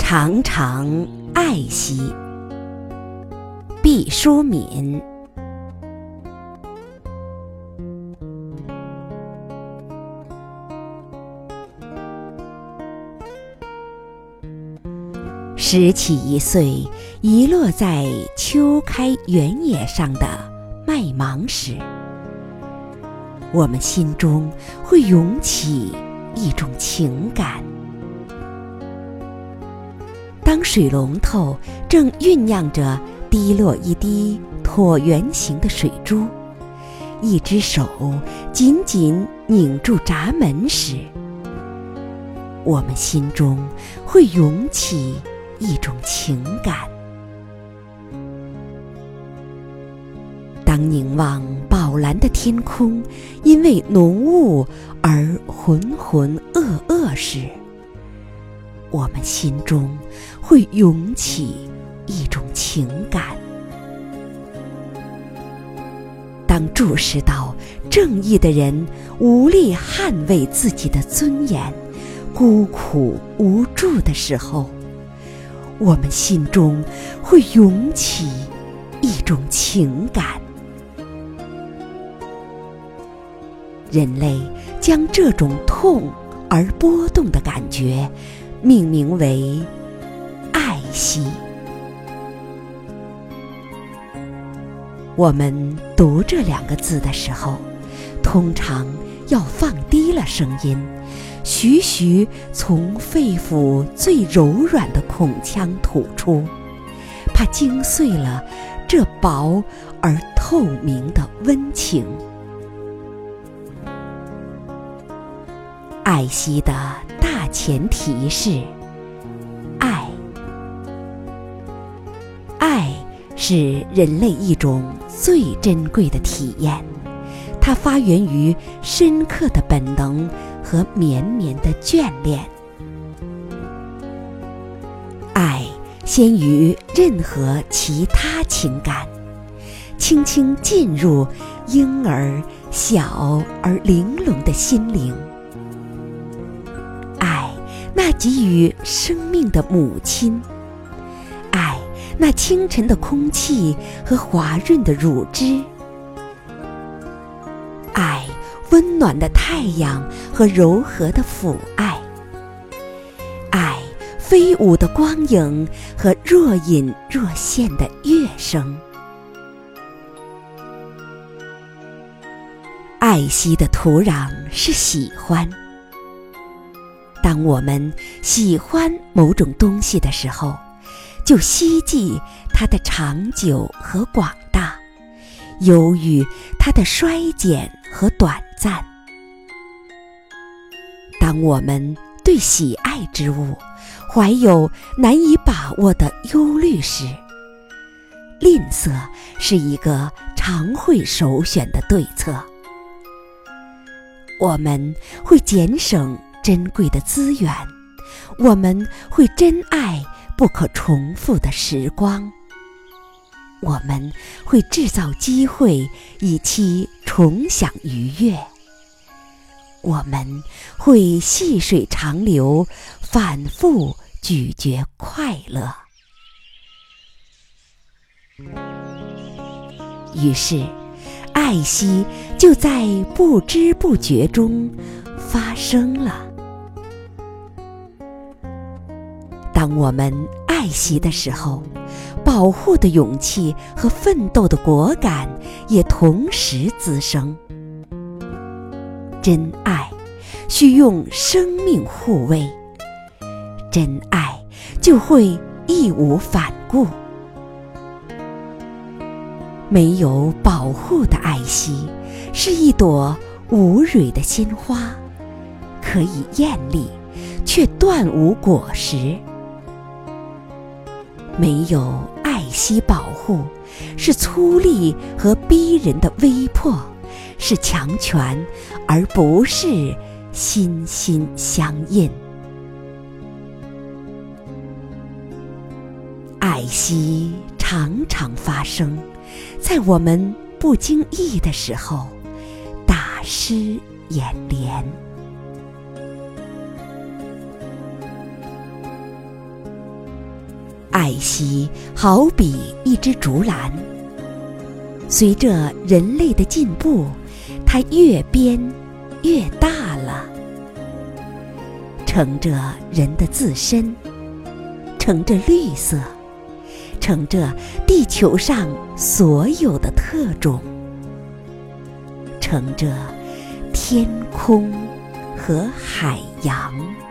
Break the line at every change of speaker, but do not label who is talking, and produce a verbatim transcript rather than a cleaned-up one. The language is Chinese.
常常爱惜。毕淑敏。拾起一穗遗落在秋开原野上的麦芒时，我们心中会涌起一种情感。当水龙头正酝酿着滴落一滴椭圆形的水珠，一只手紧紧拧住闸门时，我们心中会涌起一种情感。当凝望宝蓝的天空因为浓雾而浑浑噩噩时，我们心中会涌起一种情感。当注视到正义的人无力捍卫自己的尊严，孤苦无助的时候，我们心中会涌起一种情感。人类将这种痛而波动的感觉命名为爱惜。我们读这两个字的时候，通常要放低了声音，徐徐从肺腑最柔软的孔腔吐出，怕惊碎了这薄而透明的温情。爱惜的大前提是爱。爱是人类一种最珍贵的体验，它发源于深刻的本能和绵绵的眷恋。爱先于任何其他情感，轻轻进入婴儿小而玲珑的心灵。爱那给予生命的母亲，爱那清晨的空气和滑润的乳汁，爱温暖的太阳和柔和的抚爱，爱飞舞的光影和若隐若现的乐声。爱惜的土壤是喜欢。当我们喜欢某种东西的时候，就希冀它的长久和广大，忧郁它的衰减和短暂。当我们对喜爱之物怀有难以把握的忧虑时，吝啬是一个常会首选的对策。我们会节省珍贵的资源，我们会珍爱不可重复的时光，我们会制造机会以期重享愉悦，我们会细水长流，反复咀嚼快乐。于是爱惜就在不知不觉中发生了。当我们爱惜的时候，保护的勇气和奋斗的果敢也同时滋生。真爱需用生命护卫，真爱就会义无反顾。没有保护的爱惜是一朵无蕊的鲜花，可以艳丽，却断无果实。没有爱惜保护，是粗粝和逼人的威迫，是强权，而不是心心相印。爱惜常常发生在我们不经意的时候，大失眼帘。 爱惜好比一只竹篮，随着人类的进步，它越变越大了，乘着人的自身，乘着绿色，乘着地球上所有的特种，乘着天空和海洋。